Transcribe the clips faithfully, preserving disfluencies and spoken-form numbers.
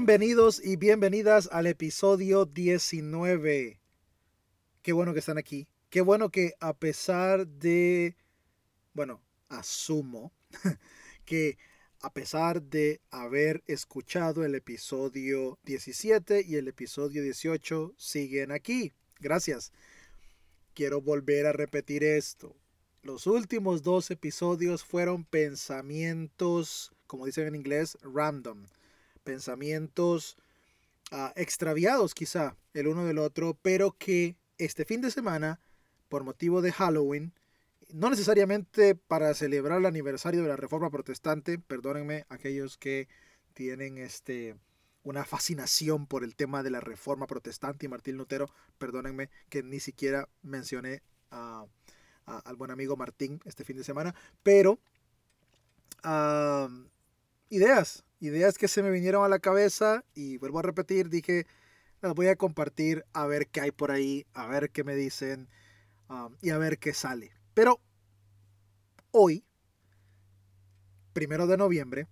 Bienvenidos y bienvenidas al episodio diecinueve. Qué bueno que están aquí. Qué bueno que a pesar de, bueno, asumo que a pesar de haber escuchado el episodio diecisiete y el episodio dieciocho, siguen aquí. Gracias. Quiero volver a repetir esto. Los últimos dos episodios fueron pensamientos, como dicen en inglés, random. Pensamientos uh, extraviados quizá el uno del otro, pero que este fin de semana, por motivo de Halloween, no necesariamente para celebrar el aniversario de la Reforma Protestante, perdónenme aquellos que tienen este, una fascinación por el tema de la Reforma Protestante y Martín Lutero, perdónenme que ni siquiera mencioné uh, a, al buen amigo Martín este fin de semana, pero uh, ideas, ideas que se me vinieron a la cabeza y vuelvo a repetir, dije, las voy a compartir a ver qué hay por ahí, a ver qué me dicen um, y a ver qué sale. Pero hoy, primero de noviembre,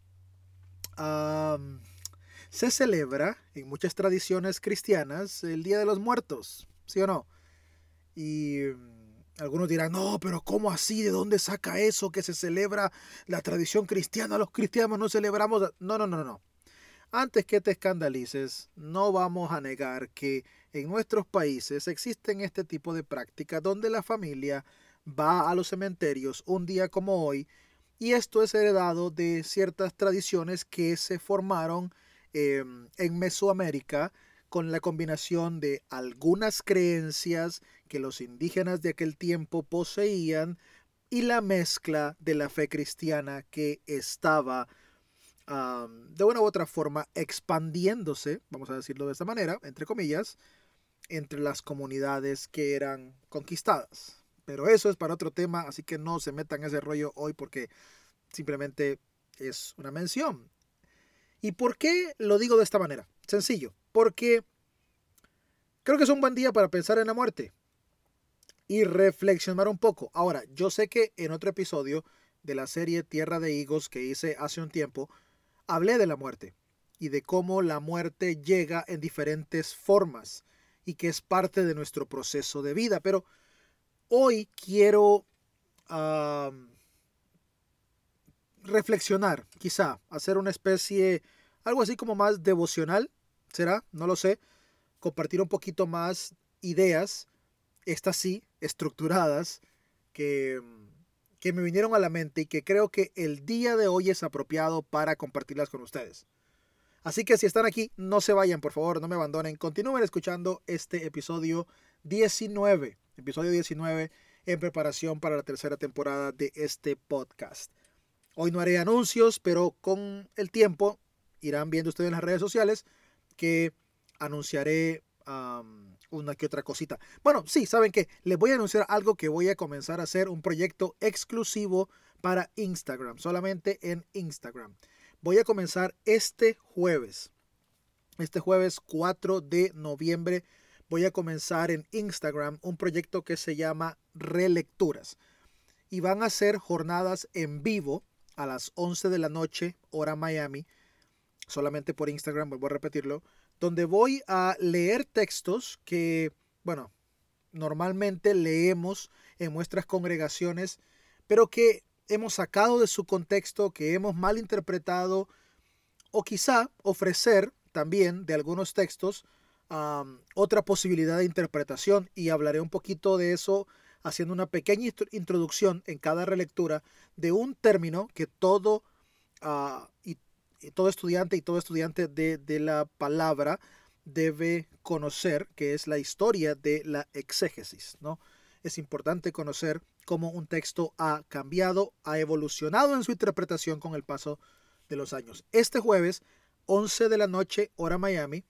um, se celebra en muchas tradiciones cristianas el Día de los Muertos, ¿sí o no? Y um, algunos dirán, no, pero ¿cómo así? ¿De dónde saca eso que se celebra la tradición cristiana? Los cristianos no celebramos. No, no, no, no. Antes que te escandalices, no vamos a negar que en nuestros países existen este tipo de prácticas donde la familia va a los cementerios un día como hoy, y esto es heredado de ciertas tradiciones que se formaron eh, en Mesoamérica con la combinación de algunas creencias que los indígenas de aquel tiempo poseían y la mezcla de la fe cristiana que estaba Um, de una u otra forma expandiéndose, vamos a decirlo de esta manera, entre comillas, entre las comunidades que eran conquistadas. Pero eso es para otro tema, así que no se metan en ese rollo hoy porque simplemente es una mención. ¿Y por qué lo digo de esta manera? Sencillo, porque creo que es un buen día para pensar en la muerte y reflexionar un poco. Ahora, yo sé que en otro episodio de la serie Tierra de Higos que hice hace un tiempo, hablé de la muerte y de cómo la muerte llega en diferentes formas y que es parte de nuestro proceso de vida. Pero hoy quiero uh, reflexionar, quizá, hacer una especie, algo así como más devocional, ¿será? No lo sé. Compartir un poquito más ideas, estas sí, estructuradas, que, que me vinieron a la mente y que creo que el día de hoy es apropiado para compartirlas con ustedes. Así que si están aquí, no se vayan, por favor, no me abandonen. Continúen escuchando este episodio diecinueve. Episodio diecinueve en preparación para la tercera temporada de este podcast. Hoy no haré anuncios, pero con el tiempo irán viendo ustedes en las redes sociales que anunciaré um, una que otra cosita. Bueno, sí, ¿saben qué? Les voy a anunciar algo que voy a comenzar a hacer, un proyecto exclusivo para Instagram, solamente en Instagram. Voy a comenzar este jueves, este jueves cuatro de noviembre, voy a comenzar en Instagram un proyecto que se llama Relecturas. Y van a ser jornadas en vivo a las once de la noche, hora Miami, solamente por Instagram, vuelvo a repetirlo, donde voy a leer textos que, bueno, normalmente leemos en nuestras congregaciones, pero que hemos sacado de su contexto, que hemos malinterpretado, o quizá ofrecer también de algunos textos um, otra posibilidad de interpretación, y hablaré un poquito de eso haciendo una pequeña introducción en cada relectura de un término que todo, uh, y, y todo estudiante y todo estudiante de, de la palabra debe conocer, que es la historia de la exégesis, ¿no? Es importante conocer cómo un texto ha cambiado, ha evolucionado en su interpretación con el paso de los años. Este jueves, once de la noche, hora Miami,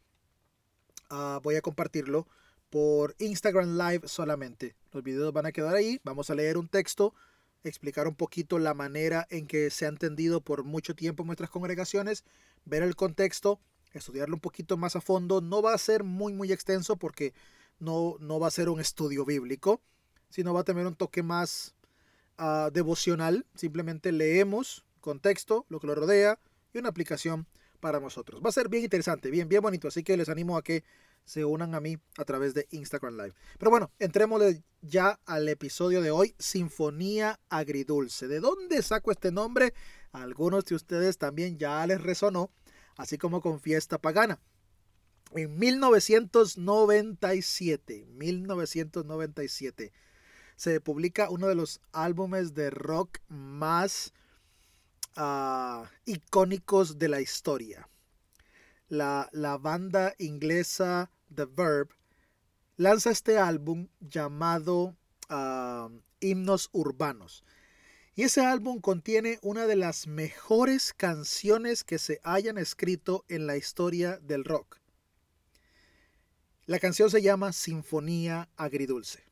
uh, voy a compartirlo por Instagram Live solamente. Los videos van a quedar ahí. Vamos a leer un texto, explicar un poquito la manera en que se ha entendido por mucho tiempo en nuestras congregaciones, ver el contexto, estudiarlo un poquito más a fondo. No va a ser muy, muy extenso porque no, no va a ser un estudio bíblico, sino va a tener un toque más uh, devocional. Simplemente leemos contexto, lo que lo rodea y una aplicación para nosotros. Va a ser bien interesante, bien, bien bonito, así que les animo a que se unan a mí a través de Instagram Live. Pero bueno, entrémosle ya al episodio de hoy, Sinfonía Agridulce. ¿De dónde saco este nombre? A algunos de ustedes también ya les resonó, así como con Fiesta Pagana. En mil novecientos noventa y siete, mil novecientos noventa y siete, se publica uno de los álbumes de rock más uh, icónicos de la historia. La, la banda inglesa The Verb lanza este álbum llamado uh, Himnos Urbanos. Y ese álbum contiene una de las mejores canciones que se hayan escrito en la historia del rock. La canción se llama Sinfonía Agridulce.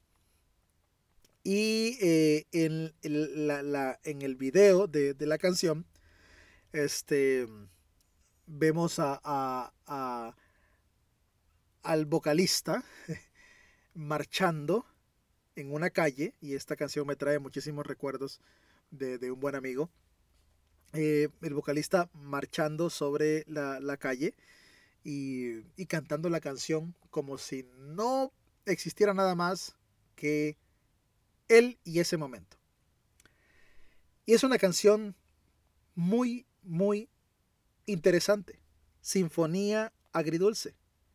Y eh, en, el, la, la, en el video de, de la canción, este, vemos a, a, a, al vocalista marchando en una calle. Y esta canción me trae muchísimos recuerdos de, de un buen amigo. Eh, el vocalista marchando sobre la, la calle. Y, y cantando la canción como si no existiera nada más que él y ese momento. Y es una canción muy, muy interesante. Sinfonía Agridulce.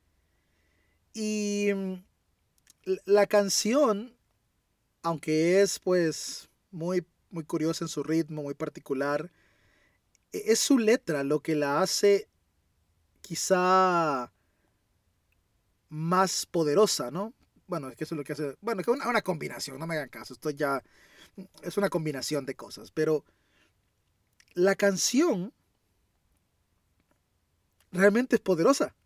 Y la canción, aunque es pues muy, muy curiosa en su ritmo, muy particular, es su letra lo que la hace quizá más poderosa, ¿no? Bueno, es que eso es lo que hace, bueno, es una, una combinación, no me hagan caso, esto ya es una combinación de cosas, pero la canción realmente es poderosa.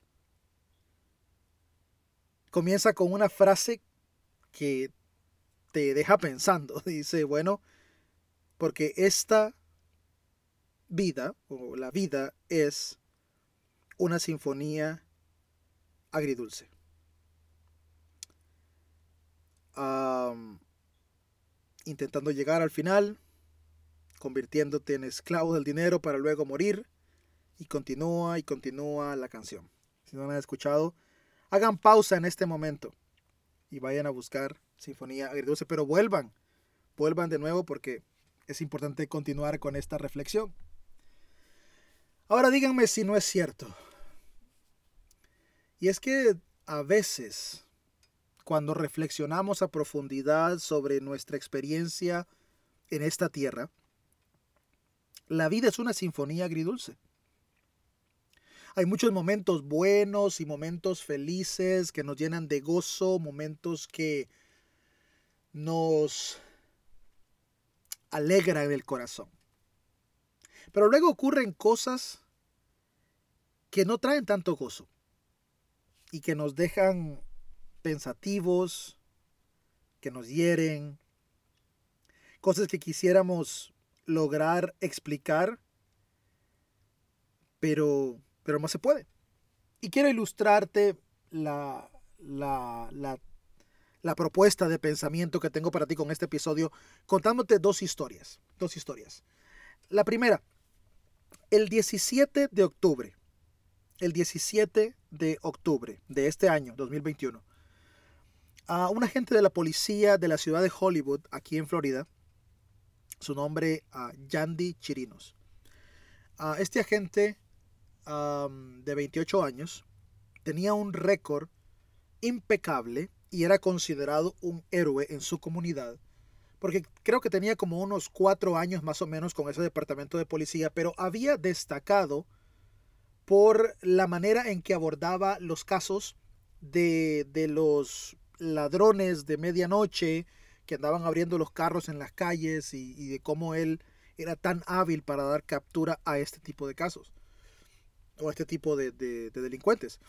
Comienza con una frase que te deja pensando, dice, bueno, porque esta vida, o la vida, es una sinfonía agridulce. Um, intentando llegar al final, convirtiéndote en esclavo del dinero para luego morir, y continúa y continúa la canción. Si no la han escuchado, hagan pausa en este momento y vayan a buscar Sinfonía Agridulce, pero vuelvan, vuelvan de nuevo porque es importante continuar con esta reflexión. Ahora díganme si no es cierto. Y es que a veces, cuando reflexionamos a profundidad sobre nuestra experiencia en esta tierra, la vida es una sinfonía agridulce. Hay muchos momentos buenos y momentos felices que nos llenan de gozo, momentos que nos alegran el corazón. Pero luego ocurren cosas que no traen tanto gozo y que nos dejan pensativos, que nos hieren, cosas que quisiéramos lograr explicar, pero, pero no se puede. Y quiero ilustrarte la, la, la, la propuesta de pensamiento que tengo para ti con este episodio, contándote dos historias, dos historias. La primera, el diecisiete de octubre, el diecisiete de octubre de este año, dos mil veintiuno, a un agente de la policía de la ciudad de Hollywood, aquí en Florida, su nombre, uh, Yandy Chirinos. Uh, este agente um, de veintiocho años tenía un récord impecable y era considerado un héroe en su comunidad, porque creo que tenía como unos cuatro años más o menos con ese departamento de policía, pero había destacado por la manera en que abordaba los casos de, de los ladrones de medianoche que andaban abriendo los carros en las calles y, y de cómo él era tan hábil para dar captura a este tipo de casos o a este tipo de, de, de delincuentes.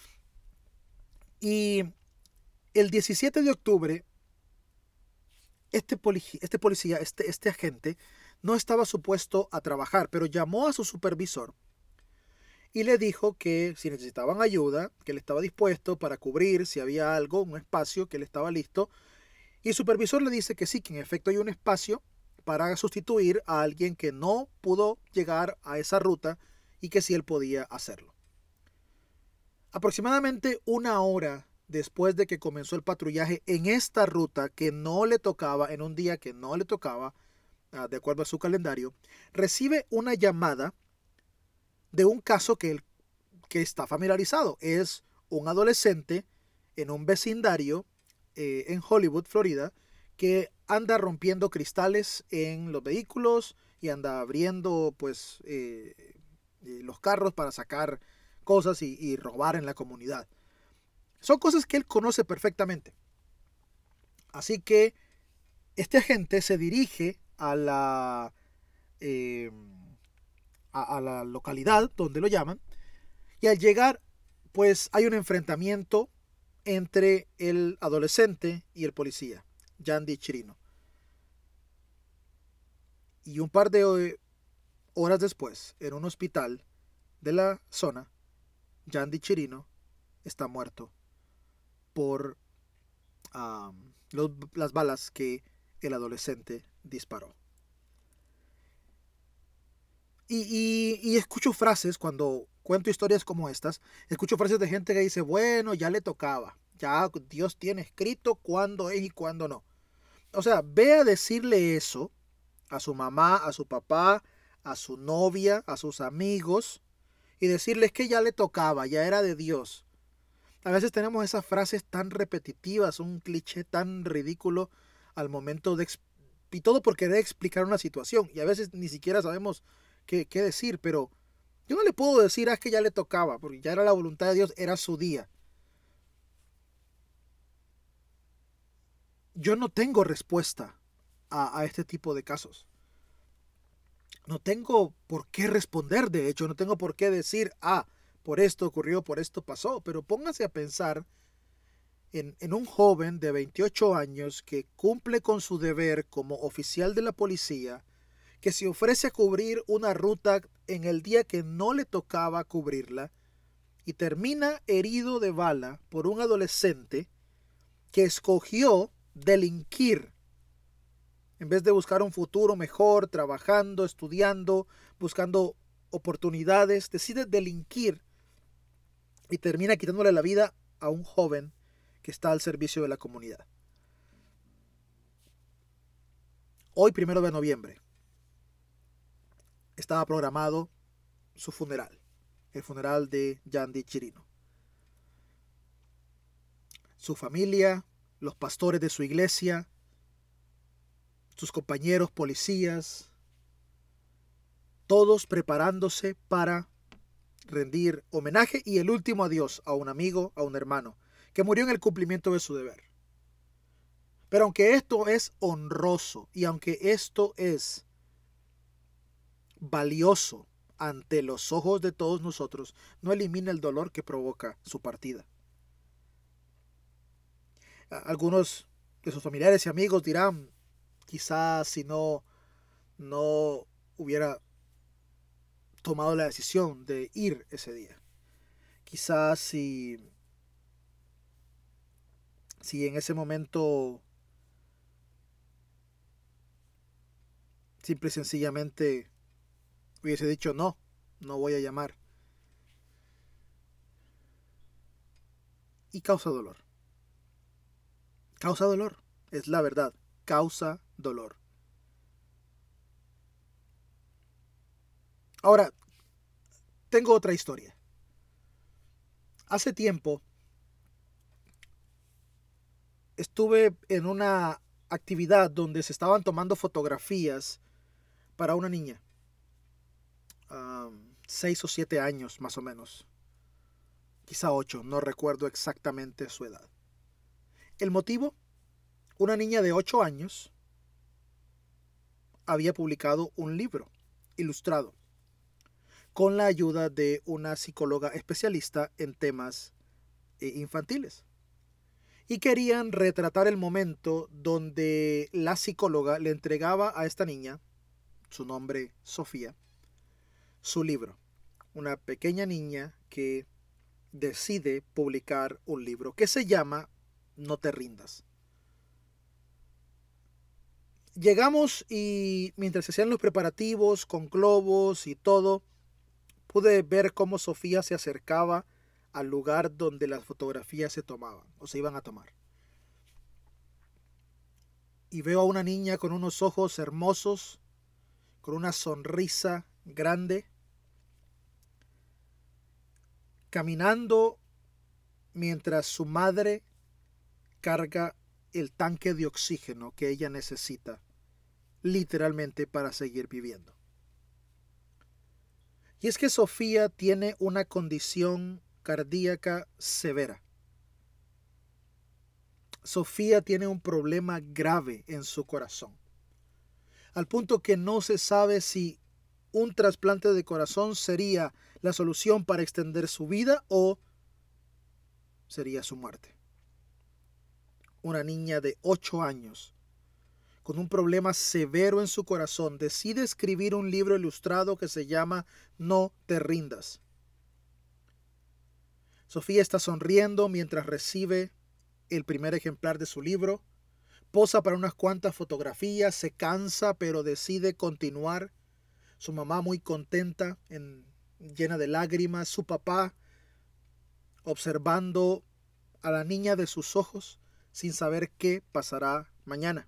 Y el diecisiete de octubre este, polici- este policía, este, este agente no estaba supuesto a trabajar, pero llamó a su supervisor y le dijo que si necesitaban ayuda, que él estaba dispuesto para cubrir si había algo, un espacio, que él estaba listo. Y el supervisor le dice que sí, que en efecto hay un espacio para sustituir a alguien que no pudo llegar a esa ruta y que si él podía hacerlo. Aproximadamente una hora después de que comenzó el patrullaje en esta ruta que no le tocaba, en un día que no le tocaba, de acuerdo a su calendario, recibe una llamada de un caso que, él, que está familiarizado. Es un adolescente en un vecindario eh, en Hollywood, Florida, que anda rompiendo cristales en los vehículos y anda abriendo pues eh, los carros para sacar cosas y, y robar en la comunidad. Son cosas que él conoce perfectamente. Así que este agente se dirige a la, eh, a, a la localidad donde lo llaman, y al llegar pues hay un enfrentamiento entre el adolescente y el policía, Yandy Chirino. Y un par de horas después, en un hospital de la zona, Yandy Chirino está muerto por um, los, las balas que el adolescente disparó. Y, y, y escucho frases cuando cuento historias como estas, escucho frases de gente que dice, bueno, ya le tocaba, ya Dios tiene escrito cuándo es y cuándo no. O sea, ve a decirle eso a su mamá, a su papá, a su novia, a sus amigos, y decirles que ya le tocaba, ya era de Dios. A veces tenemos esas frases tan repetitivas, un cliché tan ridículo al momento de... Y todo por querer explicar una situación. Y a veces ni siquiera sabemos qué, qué decir, pero yo no le puedo decir, ah, es que ya le tocaba, porque ya era la voluntad de Dios, era su día. Yo no tengo respuesta a, a este tipo de casos. No tengo por qué responder, de hecho, no tengo por qué decir, ah, por esto ocurrió, por esto pasó, pero póngase a pensar en, en un joven de veintiocho años que cumple con su deber como oficial de la policía, que se ofrece a cubrir una ruta en el día que no le tocaba cubrirla y termina herido de bala por un adolescente que escogió delinquir en vez de buscar un futuro mejor, trabajando, estudiando, buscando oportunidades, decide delinquir y termina quitándole la vida a un joven que está al servicio de la comunidad. Hoy, primero de noviembre, estaba programado su funeral, el funeral de Yandy Chirino. Su familia, los pastores de su iglesia, sus compañeros policías, todos preparándose para rendir homenaje y el último adiós a un amigo, a un hermano, que murió en el cumplimiento de su deber. Pero aunque esto es honroso y aunque esto es valioso ante los ojos de todos nosotros, no elimina el dolor que provoca su partida. Algunos de sus familiares y amigos dirán, quizás si no, no hubiera tomado la decisión de ir ese día. Quizás si, si en ese momento simple y sencillamente hubiese dicho no, no voy a llamar. Y causa dolor. Causa dolor, es la verdad, causa dolor. Ahora, tengo otra historia. Hace tiempo estuve en una actividad donde se estaban tomando fotografías para una niña. Um, seis o siete años más o menos. Quizá ocho, no recuerdo exactamente su edad. El motivo, una niña de ocho años había publicado un libro ilustrado con la ayuda de una psicóloga especialista en temas eh, infantiles. Y querían retratar el momento donde la psicóloga le entregaba a esta niña, su nombre Sofía, su libro. Una pequeña niña que decide publicar un libro que se llama No te rindas. Llegamos y mientras se hacían los preparativos con globos y todo, pude ver cómo Sofía se acercaba al lugar donde las fotografías se tomaban o se iban a tomar. Y veo a una niña con unos ojos hermosos, con una sonrisa grande, caminando mientras su madre carga el tanque de oxígeno que ella necesita, literalmente, para seguir viviendo. Y es que Sofía tiene una condición cardíaca severa. Sofía tiene un problema grave en su corazón, al punto que no se sabe si un trasplante de corazón sería la solución para extender su vida o sería su muerte. Una niña de ocho años con un problema severo en su corazón decide escribir un libro ilustrado que se llama No te rindas. Sofía está sonriendo mientras recibe el primer ejemplar de su libro, posa para unas cuantas fotografías, se cansa pero decide continuar. Su mamá muy contenta, en, llena de lágrimas, su papá observando a la niña de sus ojos sin saber qué pasará mañana.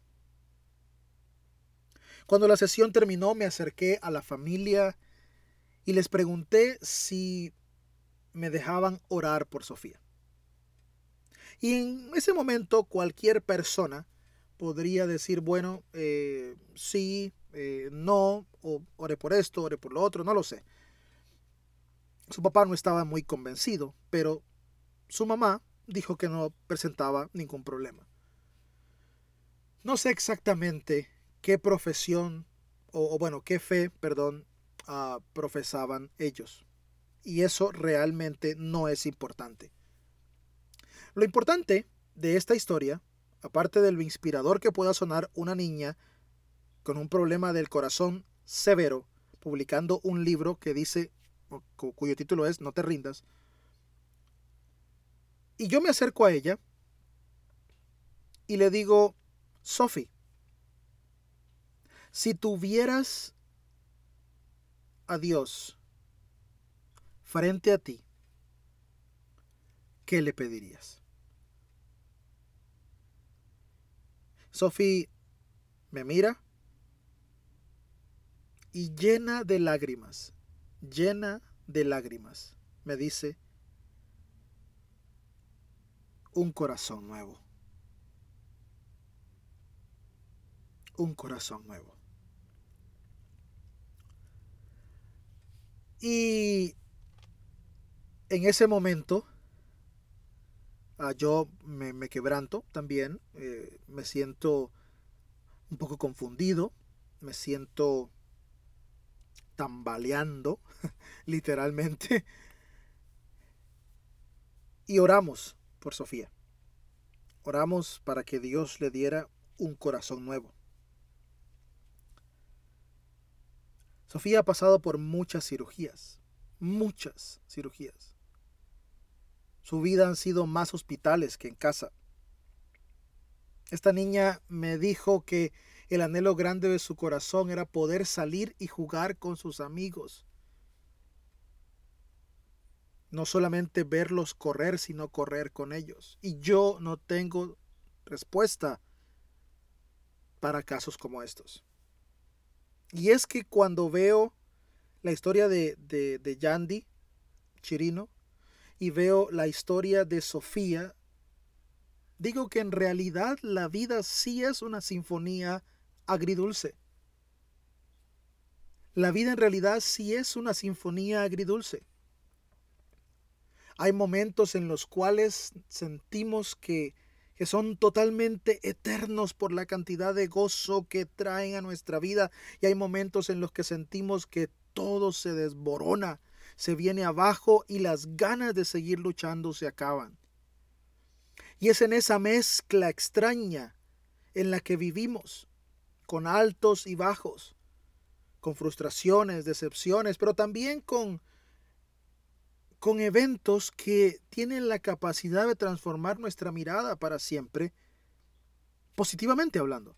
Cuando la sesión terminó, me acerqué a la familia y les pregunté si me dejaban orar por Sofía. Y en ese momento cualquier persona podría decir, bueno, eh, sí, eh, no, o ore por esto, ore por lo otro, no lo sé. Su papá no estaba muy convencido, pero su mamá dijo que no presentaba ningún problema. No sé exactamente qué profesión, o, o bueno, qué fe, perdón, uh, profesaban ellos. Y eso realmente no es importante. Lo importante de esta historia, aparte de lo inspirador que pueda sonar una niña con un problema del corazón severo, publicando un libro que dice, cu- cuyo título es No te rindas, y yo me acerco a ella y le digo, Sophie, si tuvieras a Dios frente a ti, ¿qué le pedirías? Sophie me mira y llena de lágrimas, llena de lágrimas, me dice, un corazón nuevo. Un corazón nuevo. Y en ese momento uh, yo me, me quebranto también, eh, me siento un poco confundido, me siento tambaleando, literalmente, y oramos por Sofía. Oramos para que Dios le diera un corazón nuevo. Sofía ha pasado por muchas cirugías, muchas cirugías. Su vida han sido más hospitales que en casa. Esta niña me dijo que el anhelo grande de su corazón era poder salir y jugar con sus amigos. No solamente verlos correr, sino correr con ellos. Y yo no tengo respuesta para casos como estos. Y es que cuando veo la historia de, de, de Yandy Chirino y veo la historia de Sofía, digo que en realidad la vida sí es una sinfonía agridulce. La vida en realidad sí es una sinfonía agridulce. Hay momentos en los cuales sentimos que, que son totalmente eternos por la cantidad de gozo que traen a nuestra vida. Y hay momentos en los que sentimos que todo se desborona, se viene abajo y las ganas de seguir luchando se acaban. Y es en esa mezcla extraña en la que vivimos, con altos y bajos, con frustraciones, decepciones, pero también con, con eventos que tienen la capacidad de transformar nuestra mirada para siempre, positivamente hablando.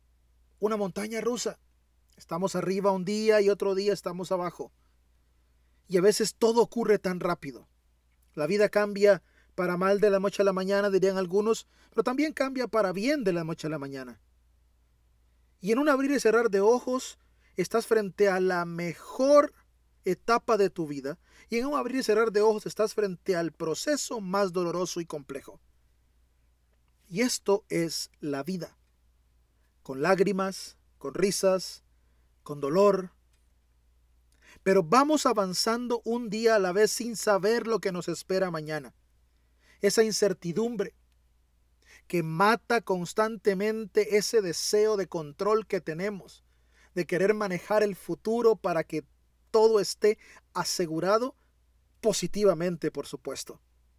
Una montaña rusa. Estamos arriba un día y otro día estamos abajo. Y a veces todo ocurre tan rápido. La vida cambia para mal de la noche a la mañana, dirían algunos, pero también cambia para bien de la noche a la mañana. Y en un abrir y cerrar de ojos, estás frente a la mejor etapa de tu vida. Y en un abrir y cerrar de ojos, estás frente al proceso más doloroso y complejo. Y esto es la vida. Con lágrimas, con risas, con dolor. Pero vamos avanzando un día a la vez sin saber lo que nos espera mañana. Esa incertidumbre que mata constantemente ese deseo de control que tenemos, de querer manejar el futuro para que todo esté asegurado positivamente, por supuesto.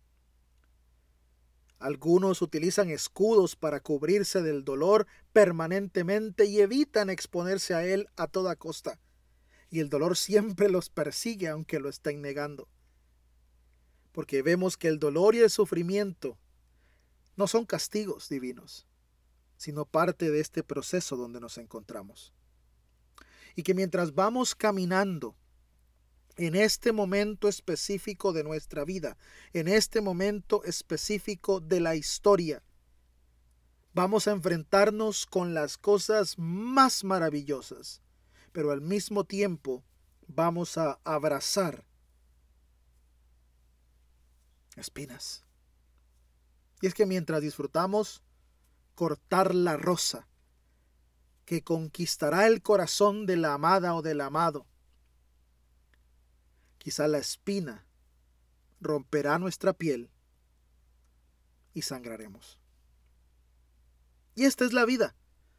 Algunos utilizan escudos para cubrirse del dolor permanentemente y evitan exponerse a él a toda costa. Y el dolor siempre los persigue aunque lo estén negando. Porque vemos que el dolor y el sufrimiento no son castigos divinos, sino parte de este proceso donde nos encontramos. Y que mientras vamos caminando en este momento específico de nuestra vida, en este momento específico de la historia, vamos a enfrentarnos con las cosas más maravillosas, pero al mismo tiempo vamos a abrazar espinas. Y es que mientras disfrutamos cortar la rosa que conquistará el corazón de la amada o del amado, quizá la espina romperá nuestra piel y sangraremos. Y esta es la vida.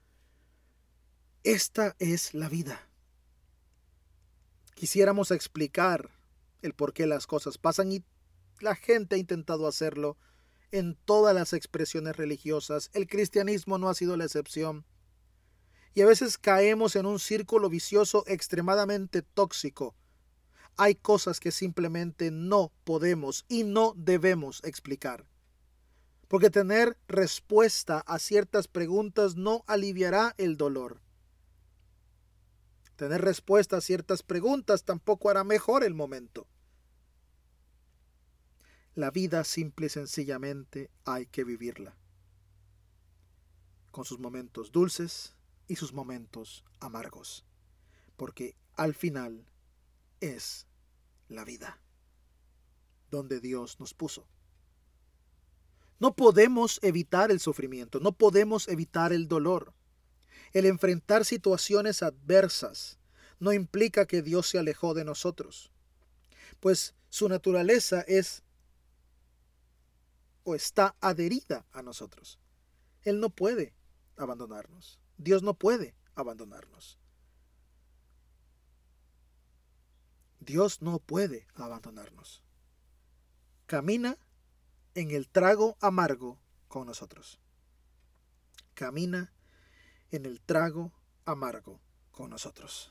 Esta es la vida. Quisiéramos explicar el por qué las cosas pasan y la gente ha intentado hacerlo en todas las expresiones religiosas. El cristianismo no ha sido la excepción. Y a veces caemos en un círculo vicioso extremadamente tóxico. Hay cosas que simplemente no podemos y no debemos explicar. Porque tener respuesta a ciertas preguntas no aliviará el dolor. Tener respuesta a ciertas preguntas tampoco hará mejor el momento. La vida simple y sencillamente hay que vivirla, con sus momentos dulces y sus momentos amargos, porque al final es la vida donde Dios nos puso. No podemos evitar el sufrimiento, no podemos evitar el dolor. El enfrentar situaciones adversas no implica que Dios se alejó de nosotros, pues su naturaleza es o está adherida a nosotros. Él no puede abandonarnos. Dios no puede abandonarnos. Dios no puede abandonarnos. Camina en el trago amargo con nosotros. Camina en el trago amargo con nosotros.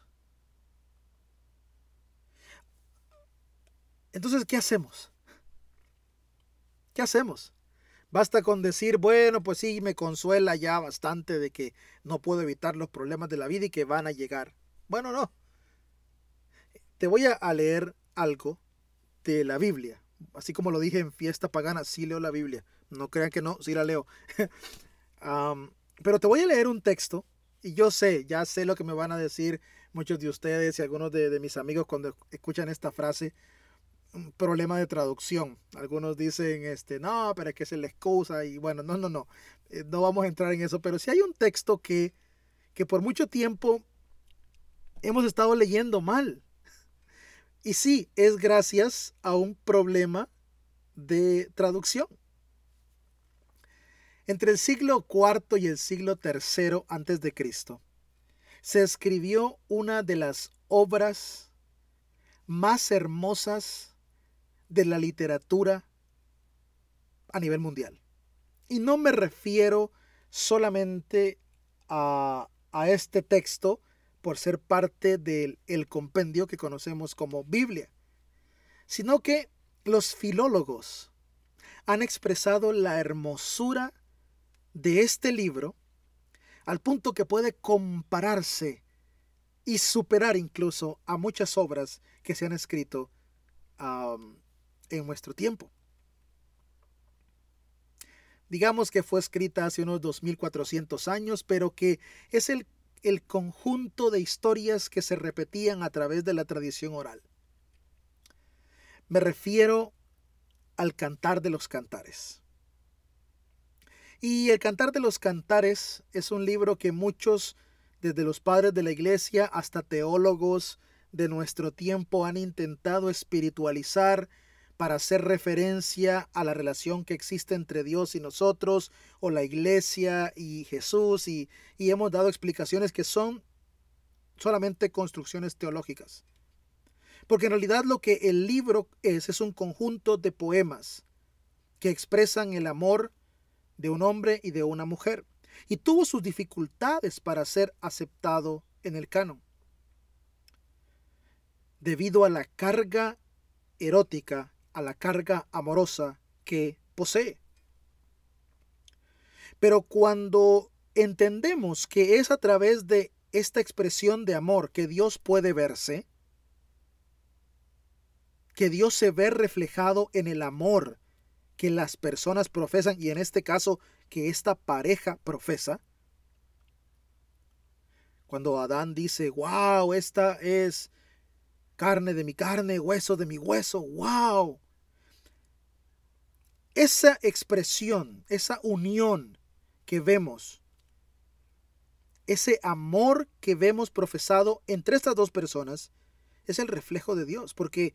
Entonces, ¿qué hacemos? ¿Qué hacemos? Basta con decir, bueno, pues sí, me consuela ya bastante de que no puedo evitar los problemas de la vida y que van a llegar. Bueno, no. Te voy a leer algo de la Biblia. Así como lo dije en Fiesta Pagana, sí leo la Biblia. No crean que no, sí la leo. um, pero te voy a leer un texto y yo sé, ya sé lo que me van a decir muchos de ustedes y algunos de, de mis amigos cuando escuchan esta frase. Un problema de traducción. Algunos dicen, este, no, pero es que se le excusa y bueno, no, no, no. Eh, no vamos a entrar en eso, pero sí hay un texto que, que por mucho tiempo hemos estado leyendo mal. Y sí, es gracias a un problema de traducción. Entre el siglo cuarto y el siglo tercero antes de Cristo, se escribió una de las obras más hermosas de la literatura a nivel mundial. Y no me refiero solamente a, a este texto por ser parte del el compendio que conocemos como Biblia, sino que los filólogos han expresado la hermosura de este libro al punto que puede compararse y superar incluso a muchas obras que se han escrito um, en nuestro tiempo. Digamos que fue escrita hace unos dos mil cuatrocientos años, pero que es el, el conjunto de historias que se repetían a través de la tradición oral. Me refiero al Cantar de los Cantares. Y el Cantar de los Cantares es un libro que muchos, desde los padres de la iglesia hasta teólogos de nuestro tiempo, han intentado espiritualizar para hacer referencia a la relación que existe entre Dios y nosotros, o la iglesia y Jesús, y, y hemos dado explicaciones que son solamente construcciones teológicas. Porque en realidad lo que el libro es, es un conjunto de poemas que expresan el amor de un hombre y de una mujer, y tuvo sus dificultades para ser aceptado en el canon, debido a la carga erótica, a la carga amorosa que posee. Pero cuando entendemos que es a través de esta expresión de amor que Dios puede verse, que Dios se ve reflejado en el amor que las personas profesan, y en este caso que esta pareja profesa, cuando Adán dice, wow, esta es carne de mi carne, hueso de mi hueso, wow. Esa expresión, esa unión que vemos, ese amor que vemos profesado entre estas dos personas, es el reflejo de Dios, porque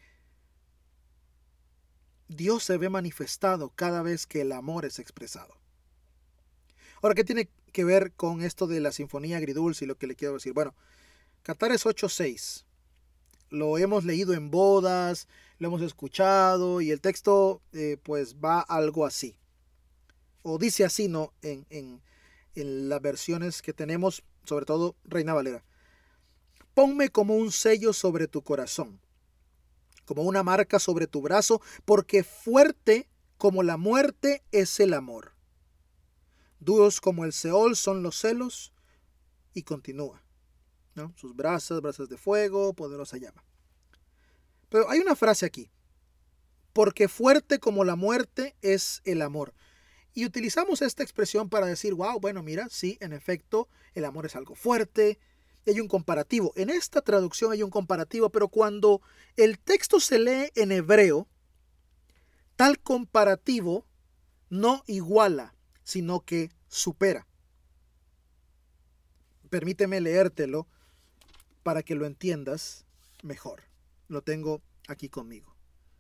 Dios se ve manifestado cada vez que el amor es expresado. Ahora, ¿qué tiene que ver con esto de la sinfonía agridulce y lo que le quiero decir? Bueno, Cantares ocho seis. Lo hemos leído en bodas, lo hemos escuchado, y el texto eh, pues va algo así. O dice así, ¿no? En, en, en las versiones que tenemos, sobre todo Reina Valera. Ponme como un sello sobre tu corazón, como una marca sobre tu brazo, porque fuerte como la muerte es el amor. Duros como el Seol son los celos, y continúa, ¿no? Sus brasas, brasas de fuego, poderosa llama. Pero hay una frase aquí, porque fuerte como la muerte es el amor. Y utilizamos esta expresión para decir, wow, bueno, mira, sí, en efecto, el amor es algo fuerte. Hay un comparativo. En esta traducción hay un comparativo, pero cuando el texto se lee en hebreo, tal comparativo no iguala, sino que supera. Permíteme leértelo para que lo entiendas mejor. Lo tengo aquí conmigo.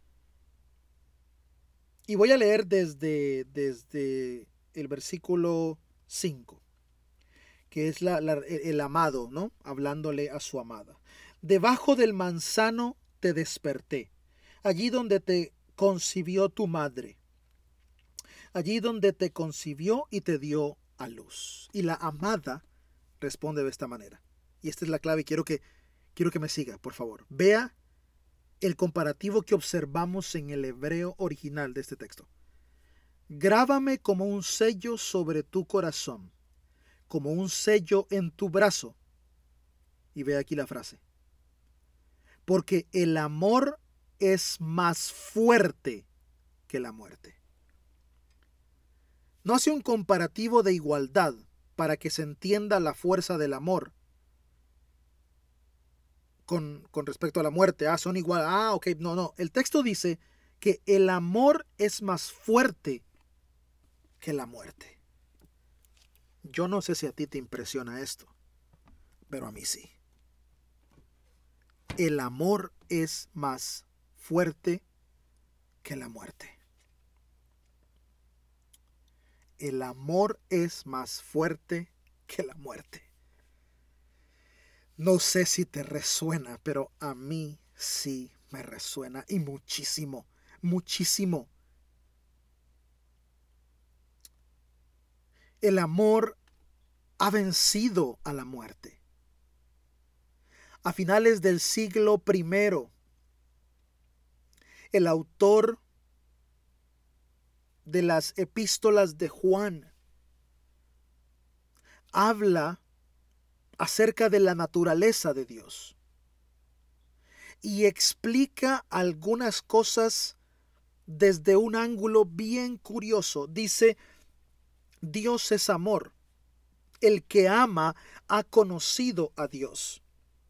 Y voy a leer desde, desde el versículo cinco, que es la, la, el amado, ¿no? Hablándole a su amada. Debajo del manzano te desperté, allí donde te concibió tu madre, allí donde te concibió y te dio a luz. Y la amada responde de esta manera. Y esta es la clave, y quiero que, quiero que me siga, por favor. Vea el comparativo que observamos en el hebreo original de este texto. Grábame como un sello sobre tu corazón, como un sello en tu brazo. Y ve aquí la frase. Porque el amor es más fuerte que la muerte. No hace un comparativo de igualdad para que se entienda la fuerza del amor con, con respecto a la muerte. Ah, son igual. Ah, ok. No, no. El texto dice que el amor es más fuerte que la muerte. Yo no sé si a ti te impresiona esto, pero a mí sí. El amor es más fuerte que la muerte. El amor es más fuerte que la muerte. No sé si te resuena, pero a mí sí me resuena, y muchísimo, muchísimo. El amor ha vencido a la muerte. A finales del siglo primero, el autor de las epístolas de Juan habla acerca de la naturaleza de Dios. y explica algunas cosas desde un ángulo bien curioso. Dice, Dios es amor. El que ama ha conocido a Dios.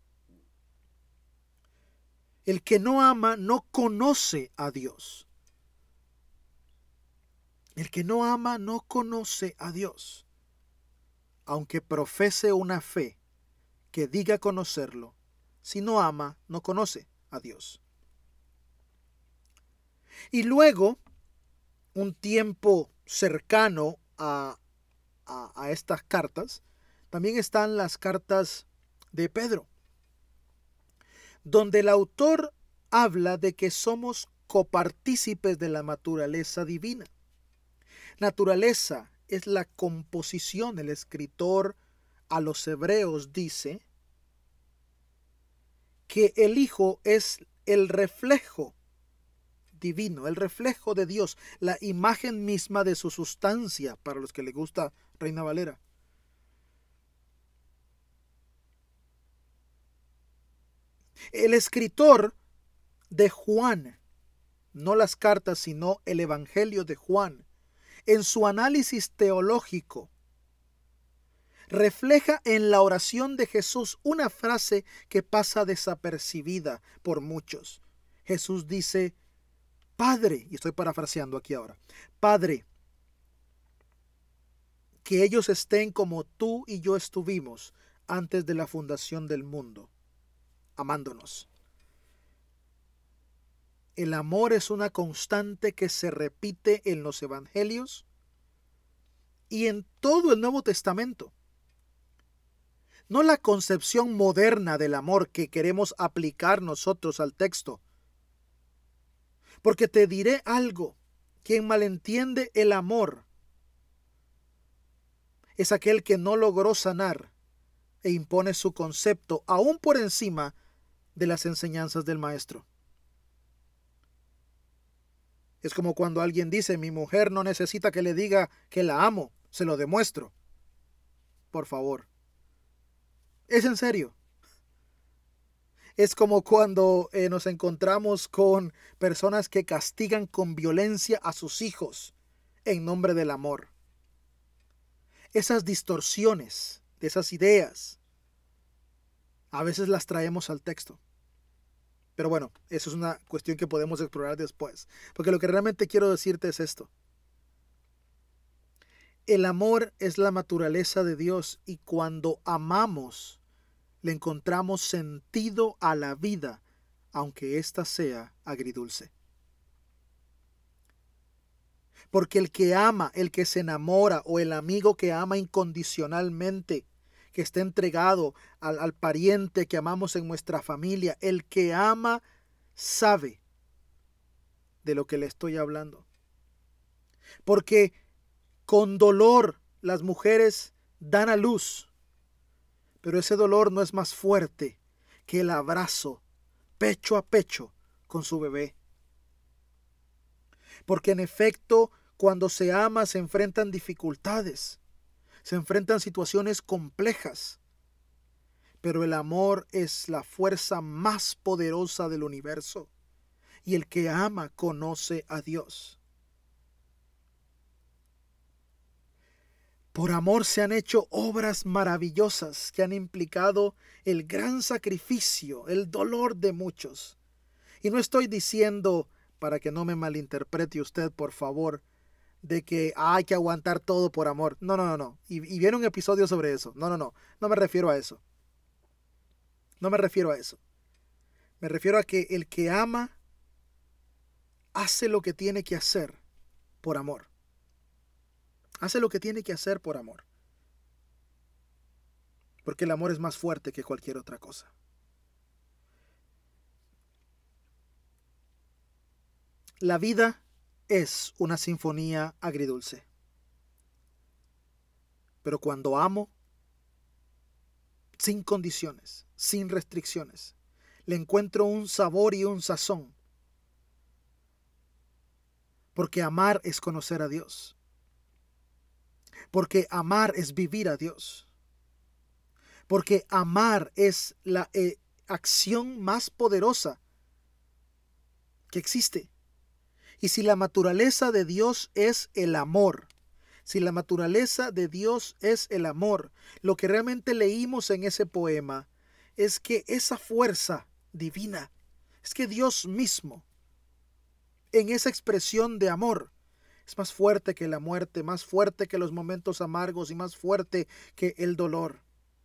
El que no ama no conoce a Dios. El que no ama no conoce a Dios. Aunque profese una fe que diga conocerlo, si no ama, no conoce a Dios. Y luego, un tiempo cercano a, a, a estas cartas, también están las cartas de Pedro, donde el autor habla de que somos copartícipes de la naturaleza divina. Naturaleza es la composición. El escritor a los hebreos dice que el Hijo es el reflejo divino, el reflejo de Dios, la imagen misma de su sustancia, para los que le gusta Reina Valera. El escritor de Juan, no las cartas, sino el Evangelio de Juan, en su análisis teológico, refleja en la oración de Jesús una frase que pasa desapercibida por muchos. Jesús dice, Padre, y estoy parafraseando aquí ahora, Padre, que ellos estén como tú y yo estuvimos antes de la fundación del mundo, amándonos. El amor es una constante que se repite en los evangelios y en todo el Nuevo Testamento. No la concepción moderna del amor que queremos aplicar nosotros al texto. Porque te diré algo, quien malentiende el amor es aquel que no logró sanar e impone su concepto aún por encima de las enseñanzas del maestro. Es como cuando alguien dice, mi mujer no necesita que le diga que la amo, se lo demuestro. Por favor. Es en serio. Es como cuando eh, nos encontramos con personas que castigan con violencia a sus hijos en nombre del amor. Esas distorsiones de esas ideas, a veces las traemos al texto. Pero bueno, eso es una cuestión que podemos explorar después. Porque lo que realmente quiero decirte es esto. El amor es la naturaleza de Dios y cuando amamos, le encontramos sentido a la vida, aunque ésta sea agridulce. Porque el que ama, el que se enamora o el amigo que ama incondicionalmente, que está entregado al, al pariente que amamos en nuestra familia, el que ama sabe de lo que le estoy hablando. Porque con dolor las mujeres dan a luz, pero ese dolor no es más fuerte que el abrazo pecho a pecho con su bebé. Porque en efecto, cuando se ama se enfrentan dificultades, se enfrentan situaciones complejas, pero el amor es la fuerza más poderosa del universo y el que ama conoce a Dios. Por amor se han hecho obras maravillosas que han implicado el gran sacrificio, el dolor de muchos. Y no estoy diciendo, para que no me malinterprete usted, por favor, de que hay que aguantar todo por amor. No, no, no, no. Y, y viene un episodio sobre eso. No, no, no. No me refiero a eso. No me refiero a eso. Me refiero a que el que ama hace lo que tiene que hacer por amor. Hace lo que tiene que hacer por amor. Porque el amor es más fuerte que cualquier otra cosa. La vida es una sinfonía agridulce. Pero cuando amo, sin condiciones, sin restricciones, le encuentro un sabor y un sazón. Porque amar es conocer a Dios. Porque amar es vivir a Dios. Porque amar es la, eh, acción más poderosa que existe. Y si la naturaleza de Dios es el amor, si la naturaleza de Dios es el amor, lo que realmente leímos en ese poema es que esa fuerza divina, es que Dios mismo, en esa expresión de amor, es más fuerte que la muerte, más fuerte que los momentos amargos y más fuerte que el dolor.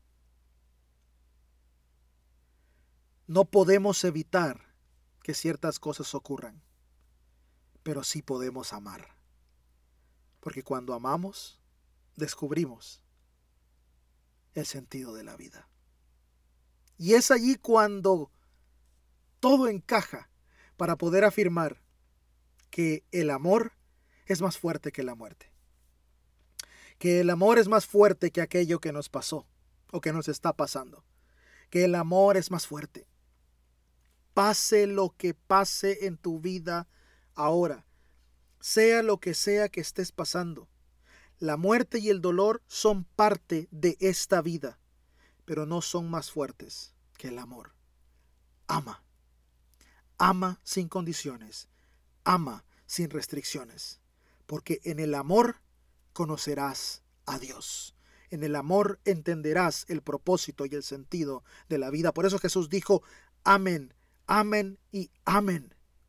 No podemos evitar que ciertas cosas ocurran, pero sí podemos amar. Porque cuando amamos, descubrimos el sentido de la vida. Y es allí cuando todo encaja para poder afirmar que el amor es más fuerte que la muerte. Que el amor es más fuerte que aquello que nos pasó o que nos está pasando. Que el amor es más fuerte. Pase lo que pase en tu vida ahora, sea lo que sea que estés pasando, la muerte y el dolor son parte de esta vida, pero no son más fuertes que el amor. Ama. Ama sin condiciones. Ama sin restricciones. Porque en el amor conocerás a Dios. En el amor entenderás el propósito y el sentido de la vida. Por eso Jesús dijo, amén, amén y amén.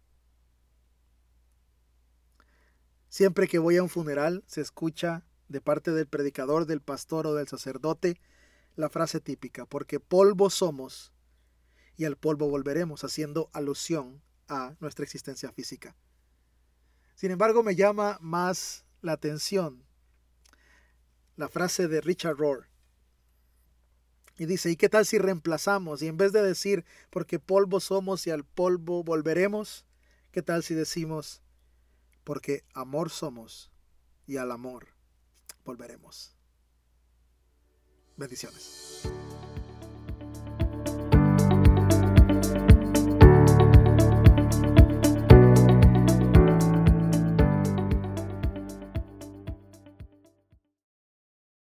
Siempre que voy a un funeral se escucha de parte del predicador, del pastor o del sacerdote la frase típica, porque polvo somos y al polvo volveremos, haciendo alusión a nuestra existencia física. Sin embargo, me llama más la atención la frase de Richard Rohr. Y dice, ¿y qué tal si reemplazamos? Y en vez de decir, porque polvo somos y al polvo volveremos, ¿qué tal si decimos, porque amor somos y al amor volveremos? Bendiciones.